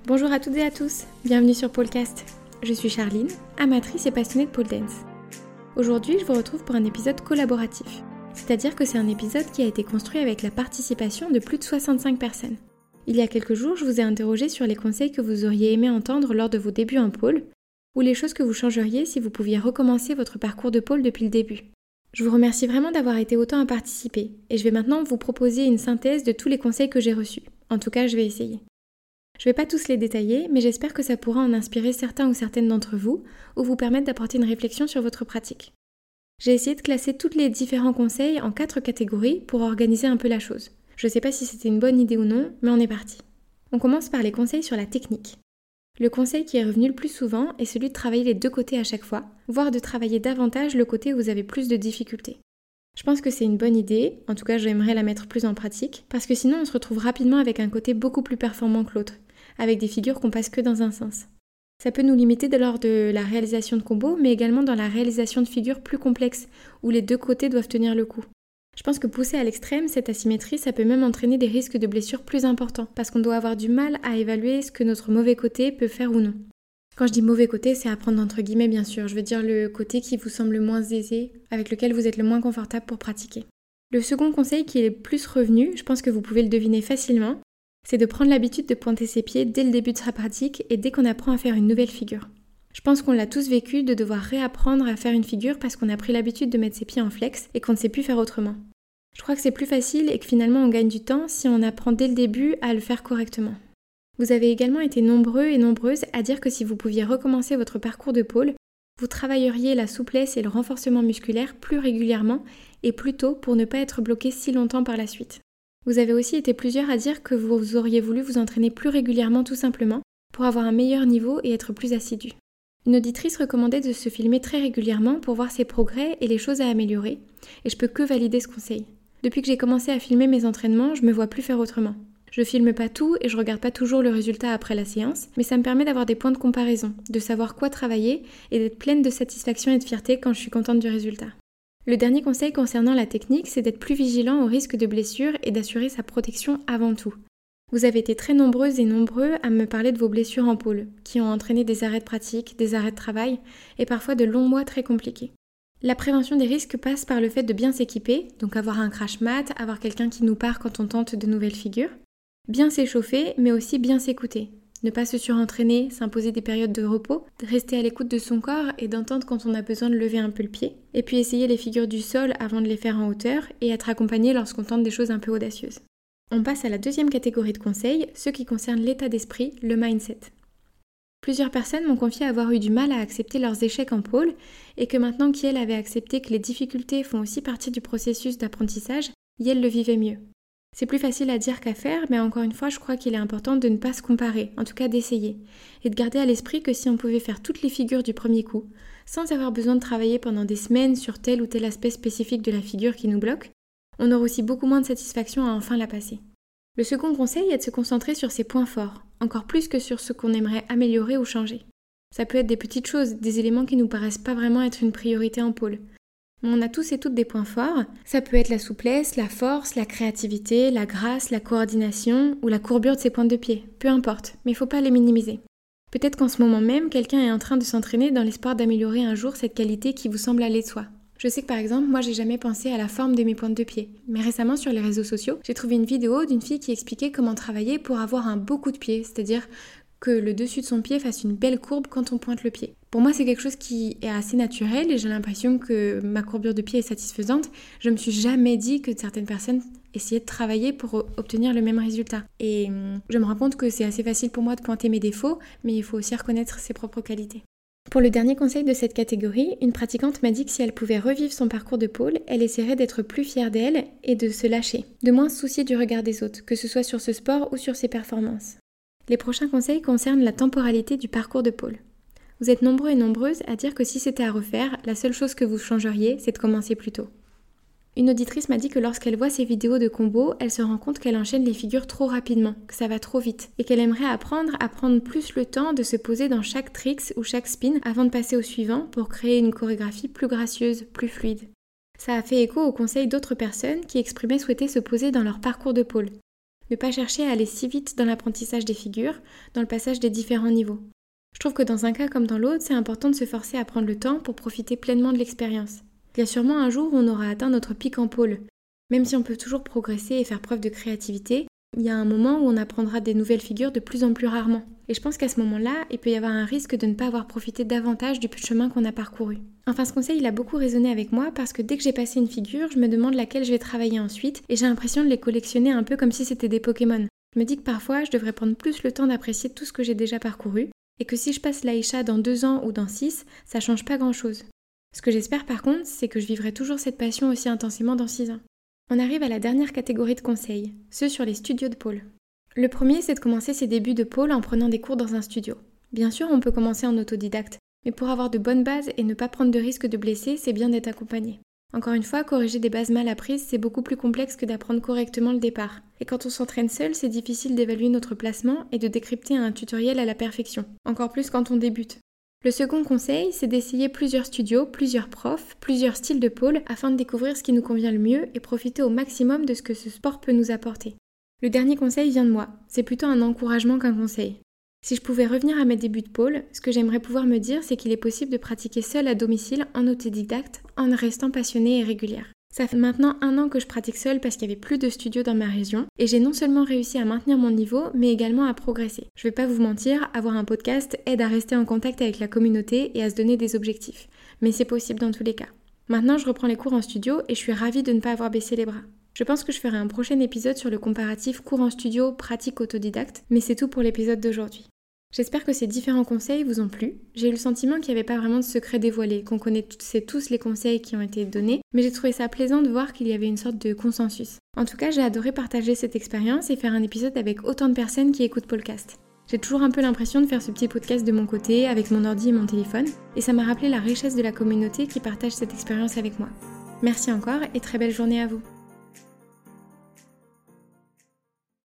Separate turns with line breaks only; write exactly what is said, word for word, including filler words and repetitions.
Bonjour à toutes et à tous, bienvenue sur Polecast. Je suis Charline, amatrice et passionnée de pole dance. Aujourd'hui, je vous retrouve pour un épisode collaboratif, c'est-à-dire que c'est un épisode qui a été construit avec la participation de plus de soixante-cinq personnes. Il y a quelques jours, je vous ai interrogé sur les conseils que vous auriez aimé entendre lors de vos débuts en pole, ou les choses que vous changeriez si vous pouviez recommencer votre parcours de pole depuis le début. Je vous remercie vraiment d'avoir été autant à participer, et je vais maintenant vous proposer une synthèse de tous les conseils que j'ai reçus. En tout cas, je vais essayer. Je ne vais pas tous les détailler, mais j'espère que ça pourra en inspirer certains ou certaines d'entre vous, ou vous permettre d'apporter une réflexion sur votre pratique. J'ai essayé de classer tous les différents conseils en quatre catégories pour organiser un peu la chose. Je ne sais pas si c'était une bonne idée ou non, mais on est parti. On commence par les conseils sur la technique. Le conseil qui est revenu le plus souvent est celui de travailler les deux côtés à chaque fois, voire de travailler davantage le côté où vous avez plus de difficultés. Je pense que c'est une bonne idée, en tout cas j'aimerais la mettre plus en pratique, parce que sinon on se retrouve rapidement avec un côté beaucoup plus performant que l'autre, avec des figures qu'on passe que dans un sens. Ça peut nous limiter lors de la réalisation de combos, mais également dans la réalisation de figures plus complexes, où les deux côtés doivent tenir le coup. Je pense que pousser à l'extrême, cette asymétrie, ça peut même entraîner des risques de blessures plus importants, parce qu'on doit avoir du mal à évaluer ce que notre mauvais côté peut faire ou non. Quand je dis mauvais côté, c'est à prendre entre guillemets bien sûr, je veux dire le côté qui vous semble le moins aisé, avec lequel vous êtes le moins confortable pour pratiquer. Le second conseil qui est le plus revenu, je pense que vous pouvez le deviner facilement, c'est de prendre l'habitude de pointer ses pieds dès le début de sa pratique et dès qu'on apprend à faire une nouvelle figure. Je pense qu'on l'a tous vécu de devoir réapprendre à faire une figure parce qu'on a pris l'habitude de mettre ses pieds en flex et qu'on ne sait plus faire autrement. Je crois que c'est plus facile et que finalement on gagne du temps si on apprend dès le début à le faire correctement. Vous avez également été nombreux et nombreuses à dire que si vous pouviez recommencer votre parcours de pole, vous travailleriez la souplesse et le renforcement musculaire plus régulièrement et plus tôt pour ne pas être bloqué si longtemps par la suite. Vous avez aussi été plusieurs à dire que vous auriez voulu vous entraîner plus régulièrement tout simplement pour avoir un meilleur niveau et être plus assidu. Une auditrice recommandait de se filmer très régulièrement pour voir ses progrès et les choses à améliorer, et je peux que valider ce conseil. Depuis que j'ai commencé à filmer mes entraînements, je me vois plus faire autrement. Je filme pas tout et je regarde pas toujours le résultat après la séance, mais ça me permet d'avoir des points de comparaison, de savoir quoi travailler et d'être pleine de satisfaction et de fierté quand je suis contente du résultat. Le dernier conseil concernant la technique, c'est d'être plus vigilant au risque de blessure et d'assurer sa protection avant tout. Vous avez été très nombreuses et nombreux à me parler de vos blessures en pole, qui ont entraîné des arrêts de pratique, des arrêts de travail et parfois de longs mois très compliqués. La prévention des risques passe par le fait de bien s'équiper, donc avoir un crash mat, avoir quelqu'un qui nous part quand on tente de nouvelles figures, bien s'échauffer, mais aussi bien s'écouter. Ne pas se surentraîner, s'imposer des périodes de repos, rester à l'écoute de son corps et d'entendre quand on a besoin de lever un peu le pied. Et puis essayer les figures du sol avant de les faire en hauteur et être accompagné lorsqu'on tente des choses un peu audacieuses. On passe à la deuxième catégorie de conseils, ceux qui concernent l'état d'esprit, le mindset. Plusieurs personnes m'ont confié avoir eu du mal à accepter leurs échecs en pole et que maintenant qu'elles avaient accepté que les difficultés font aussi partie du processus d'apprentissage, elles le vivaient mieux. C'est plus facile à dire qu'à faire, mais encore une fois, je crois qu'il est important de ne pas se comparer, en tout cas d'essayer, et de garder à l'esprit que si on pouvait faire toutes les figures du premier coup, sans avoir besoin de travailler pendant des semaines sur tel ou tel aspect spécifique de la figure qui nous bloque, on aura aussi beaucoup moins de satisfaction à enfin la passer. Le second conseil est de se concentrer sur ses points forts, encore plus que sur ce qu'on aimerait améliorer ou changer. Ça peut être des petites choses, des éléments qui nous paraissent pas vraiment être une priorité en pole. Mais on a tous et toutes des points forts. Ça peut être la souplesse, la force, la créativité, la grâce, la coordination ou la courbure de ses pointes de pied. Peu importe, mais il faut pas les minimiser. Peut-être qu'en ce moment même, quelqu'un est en train de s'entraîner dans l'espoir d'améliorer un jour cette qualité qui vous semble aller de soi. Je sais que par exemple, moi j'ai jamais pensé à la forme de mes pointes de pied. Mais récemment sur les réseaux sociaux, j'ai trouvé une vidéo d'une fille qui expliquait comment travailler pour avoir un beau coup de pied, c'est-à-dire que le dessus de son pied fasse une belle courbe quand on pointe le pied. Pour moi, c'est quelque chose qui est assez naturel et j'ai l'impression que ma courbure de pied est satisfaisante. Je me suis jamais dit que certaines personnes essayaient de travailler pour obtenir le même résultat. Et je me rends compte que c'est assez facile pour moi de pointer mes défauts, mais il faut aussi reconnaître ses propres qualités. Pour le dernier conseil de cette catégorie, une pratiquante m'a dit que si elle pouvait revivre son parcours de pole, elle essaierait d'être plus fière d'elle et de se lâcher, de moins se soucier du regard des autres, que ce soit sur ce sport ou sur ses performances. Les prochains conseils concernent la temporalité du parcours de pole. Vous êtes nombreux et nombreuses à dire que si c'était à refaire, la seule chose que vous changeriez, c'est de commencer plus tôt. Une auditrice m'a dit que lorsqu'elle voit ses vidéos de combo, elle se rend compte qu'elle enchaîne les figures trop rapidement, que ça va trop vite, et qu'elle aimerait apprendre à prendre plus le temps de se poser dans chaque tricks ou chaque spin avant de passer au suivant pour créer une chorégraphie plus gracieuse, plus fluide. Ça a fait écho aux conseils d'autres personnes qui exprimaient souhaiter se poser dans leur parcours de pole. ne pas chercher à aller si vite dans l'apprentissage des figures, dans le passage des différents niveaux. Je trouve que dans un cas comme dans l'autre, c'est important de se forcer à prendre le temps pour profiter pleinement de l'expérience. Il y a sûrement un jour où on aura atteint notre pic en pôle. Même si on peut toujours progresser et faire preuve de créativité, il y a un moment où on apprendra des nouvelles figures de plus en plus rarement. Et je pense qu'à ce moment-là, il peut y avoir un risque de ne pas avoir profité davantage du chemin qu'on a parcouru. Enfin, ce conseil, il a beaucoup résonné avec moi parce que dès que j'ai passé une figure, je me demande laquelle je vais travailler ensuite et j'ai l'impression de les collectionner un peu comme si c'était des Pokémon. Je me dis que parfois, je devrais prendre plus le temps d'apprécier tout ce que j'ai déjà parcouru et que si je passe l'Aïcha dans deux ans ou dans six, ça change pas grand-chose. Ce que j'espère par contre, c'est que je vivrai toujours cette passion aussi intensément dans six ans. On arrive à la dernière catégorie de conseils, ceux sur les studios de pôle. Le premier, c'est de commencer ses débuts de pôle en prenant des cours dans un studio. Bien sûr, on peut commencer en autodidacte, mais pour avoir de bonnes bases et ne pas prendre de risque de blesser, c'est bien d'être accompagné. Encore une fois, corriger des bases mal apprises, c'est beaucoup plus complexe que d'apprendre correctement le départ. Et quand on s'entraîne seul, c'est difficile d'évaluer notre placement et de décrypter un tutoriel à la perfection, encore plus quand on débute. Le second conseil, c'est d'essayer plusieurs studios, plusieurs profs, plusieurs styles de pôle afin de découvrir ce qui nous convient le mieux et profiter au maximum de ce que ce sport peut nous apporter. Le dernier conseil vient de moi, c'est plutôt un encouragement qu'un conseil. Si je pouvais revenir à mes débuts de pôle, ce que j'aimerais pouvoir me dire, c'est qu'il est possible de pratiquer seul à domicile, en autodidacte, en restant passionnée et régulière. Ça fait maintenant un an que je pratique seule parce qu'il n'y avait plus de studios dans ma région et j'ai non seulement réussi à maintenir mon niveau, mais également à progresser. Je vais pas vous mentir, avoir un podcast aide à rester en contact avec la communauté et à se donner des objectifs. Mais c'est possible dans tous les cas. Maintenant, je reprends les cours en studio et je suis ravie de ne pas avoir baissé les bras. Je pense que je ferai un prochain épisode sur le comparatif cours en studio, pratique autodidacte, mais c'est tout pour l'épisode d'aujourd'hui. J'espère que ces différents conseils vous ont plu. J'ai eu le sentiment qu'il n'y avait pas vraiment de secret dévoilé, qu'on connaissait tous les conseils qui ont été donnés, mais j'ai trouvé ça plaisant de voir qu'il y avait une sorte de consensus. En tout cas, j'ai adoré partager cette expérience et faire un épisode avec autant de personnes qui écoutent Podcast. J'ai toujours un peu l'impression de faire ce petit podcast de mon côté, avec mon ordi et mon téléphone, et ça m'a rappelé la richesse de la communauté qui partage cette expérience avec moi. Merci encore et très belle journée à vous.